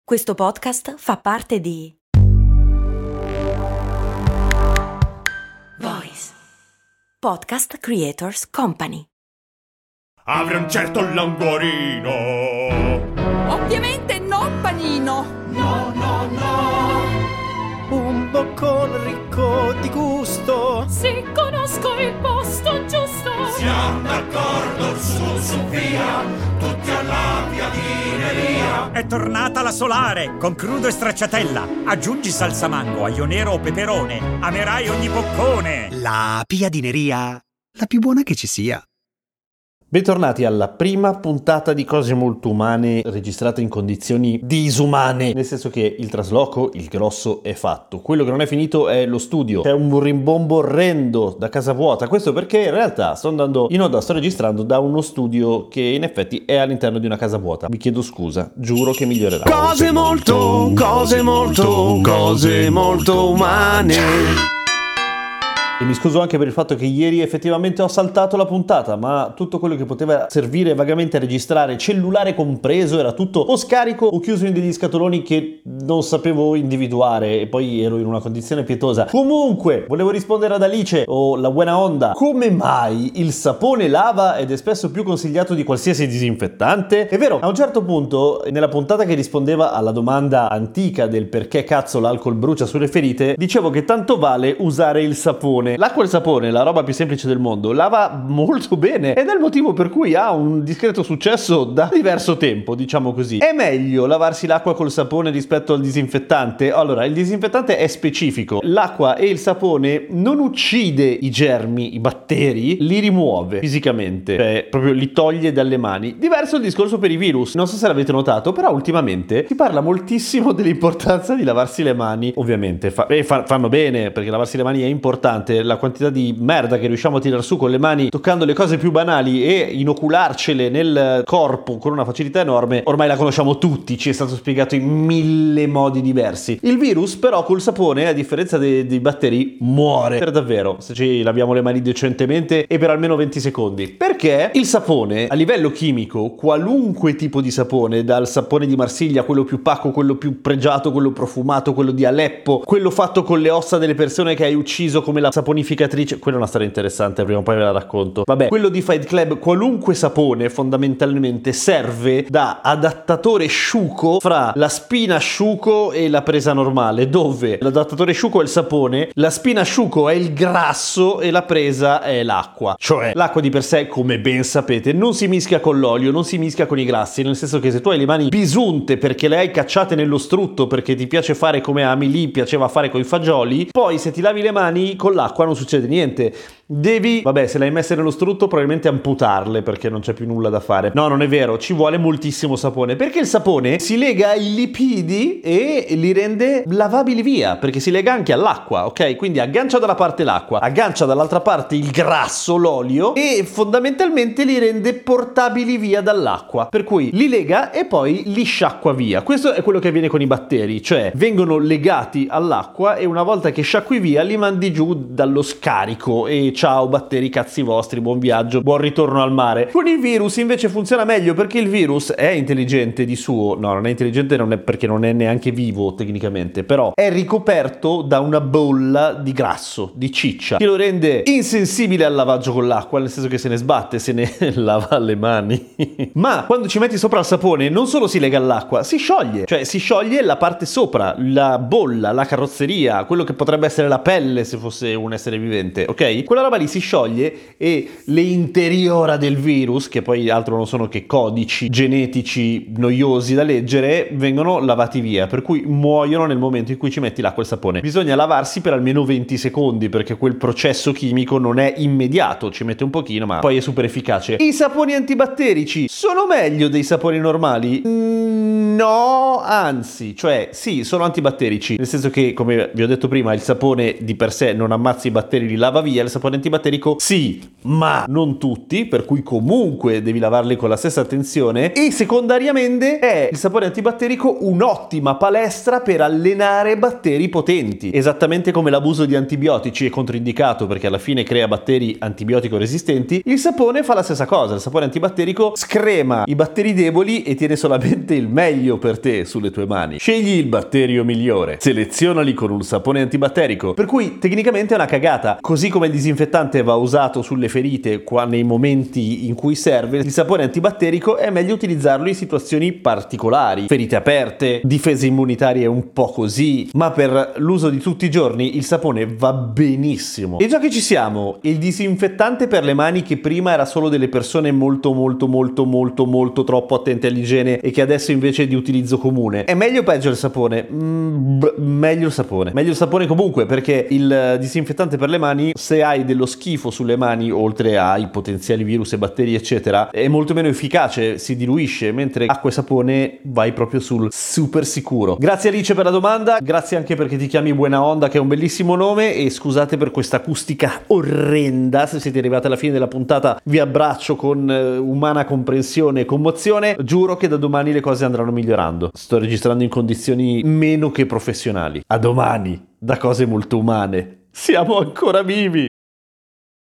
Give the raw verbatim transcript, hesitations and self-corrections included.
Questo podcast fa parte di Voice Podcast Creators Company. Apri un certo languorino. Ovviamente non panino. No, no, no. Un boccone ricco di gusto. Se conosco il posto giusto. Siamo d'accordo, su, su, via. Tutti alla piadineria. È tornata la Solare, con crudo e stracciatella. Aggiungi salsa mango, aglio nero o peperone. Amerai ogni boccone. La piadineria, la più buona che ci sia. Bentornati alla prima puntata di Cose Molto Umane, registrata in condizioni disumane, nel senso che il trasloco, il grosso, è fatto. Quello che non è finito è lo studio. C'è un rimbombo orrendo da casa vuota. Questo perché in realtà sto andando in onda, sto registrando da uno studio che in effetti è all'interno di una casa vuota. Vi chiedo scusa, giuro che migliorerà. Cose molto, cose molto, cose molto umane. E mi scuso anche per il fatto che ieri effettivamente ho saltato la puntata, ma tutto quello che poteva servire vagamente a registrare, cellulare compreso, era tutto o scarico o chiuso in degli scatoloni che non sapevo individuare e poi ero in una condizione pietosa. Comunque, volevo rispondere ad Alice o la buona onda. Come mai il sapone lava ed è spesso più consigliato di qualsiasi disinfettante? È vero, a un certo punto, nella puntata che rispondeva alla domanda antica del perché cazzo l'alcol brucia sulle ferite, dicevo che tanto vale usare il sapone. L'acqua e il sapone, la roba più semplice del mondo, lava molto bene ed è il motivo per cui ha un discreto successo da diverso tempo, diciamo così. È meglio lavarsi l'acqua col sapone rispetto al disinfettante? Allora, il disinfettante è specifico. L'acqua e il sapone non uccide i germi, i batteri, li rimuove fisicamente, cioè proprio li toglie dalle mani. Diverso il discorso per i virus. Non so se l'avete notato, però ultimamente si parla moltissimo dell'importanza di lavarsi le mani. Ovviamente fa- e fa- fanno bene, perché lavarsi le mani è importante. La quantità di merda che riusciamo a tirar su con le mani toccando le cose più banali e inocularcele nel corpo con una facilità enorme ormai la conosciamo tutti, ci è stato spiegato in mille modi diversi. Il virus però col sapone, a differenza dei, dei batteri, muore per davvero se ci laviamo le mani decentemente e per almeno venti secondi, perché il sapone a livello chimico, qualunque tipo di sapone, dal sapone di Marsiglia, quello più pacco, quello più pregiato, quello profumato, quello di Aleppo, quello fatto con le ossa delle persone che hai ucciso come la saponificatrice, quella è una storia interessante, prima o poi ve la racconto. Vabbè, quello di Fight Club, qualunque sapone fondamentalmente serve da adattatore sciuco fra la spina asciuco e la presa normale, dove l'adattatore sciuco è il sapone, la spina asciuco è il grasso e la presa è l'acqua. Cioè, l'acqua di per sé, come ben sapete, non si mischia con l'olio, non si mischia con i grassi, nel senso che se tu hai le mani bisunte perché le hai cacciate nello strutto perché ti piace fare come a Amelie piaceva fare con i fagioli, poi se ti lavi le mani con l'acqua qua non succede niente. Devi, vabbè, se le hai messe nello strutto probabilmente amputarle perché non c'è più nulla da fare. No, non è vero, ci vuole moltissimo sapone, perché il sapone si lega ai lipidi e li rende lavabili via, perché si lega anche all'acqua, ok? Quindi aggancia da una parte l'acqua, aggancia dall'altra parte il grasso, l'olio, e fondamentalmente li rende portabili via dall'acqua, per cui li lega e poi li sciacqua via. Questo è quello che avviene con i batteri, cioè vengono legati all'acqua e una volta che sciacqui via li mandi giù dallo scarico e ciao batteri, cazzi vostri, buon viaggio, buon ritorno al mare. Con il virus invece funziona meglio, perché il virus è intelligente di suo, no, non è intelligente, non è perché non è neanche vivo tecnicamente, però è ricoperto da una bolla di grasso, di ciccia, che lo rende insensibile al lavaggio con l'acqua, nel senso che se ne sbatte, se ne lava le mani. Ma quando ci metti sopra il sapone non solo si lega all'acqua, si scioglie, cioè si scioglie la parte sopra, la bolla, la carrozzeria, quello che potrebbe essere la pelle se fosse un essere vivente, ok? Quella roba lì si scioglie e le interiora del virus, che poi altro non sono che codici genetici noiosi da leggere, vengono lavati via, per cui muoiono nel momento in cui ci metti l'acqua e il sapone. Bisogna lavarsi per almeno venti secondi perché quel processo chimico non è immediato, ci mette un pochino ma poi è super efficace. I saponi antibatterici sono meglio dei saponi normali? Mm, no, anzi, cioè sì, sono antibatterici, nel senso che, come vi ho detto prima, il sapone di per sé non ammazza i batteri, li lava via. Il sapone antibatterico sì, ma non tutti, per cui comunque devi lavarli con la stessa attenzione. E secondariamente è il sapone antibatterico un'ottima palestra per allenare batteri potenti, esattamente come l'abuso di antibiotici è controindicato perché alla fine crea batteri antibiotico resistenti. Il sapone fa la stessa cosa, il sapone antibatterico screma i batteri deboli e tiene solamente il meglio io per te sulle tue mani. Scegli il batterio migliore, selezionali con un sapone antibatterico, per cui tecnicamente è una cagata. Così come il disinfettante va usato sulle ferite qua nei momenti in cui serve, il sapone antibatterico è meglio utilizzarlo in situazioni particolari, ferite aperte, difese immunitarie un po' così, ma per l'uso di tutti i giorni il sapone va benissimo. E già che ci siamo, il disinfettante per le mani che prima era solo delle persone molto molto molto molto molto troppo attente all'igiene e che adesso invece è di utilizzo comune, è meglio o peggio il sapone? Mm, b- meglio il sapone. Meglio il sapone comunque, perché il disinfettante per le mani, se hai dello schifo sulle mani, oltre ai potenziali virus e batteri eccetera, è molto meno efficace, si diluisce, mentre acqua e sapone vai proprio sul super sicuro. Grazie Alice per la domanda, grazie anche perché ti chiami Buena Onda, che è un bellissimo nome, e scusate per questa acustica orrenda. Se siete arrivati alla fine della puntata vi abbraccio con uh, umana comprensione e commozione. Giuro che da domani le cose andranno migliorando. Sto registrando in condizioni meno che professionali. A domani, da cose molto umane. Siamo ancora vivi!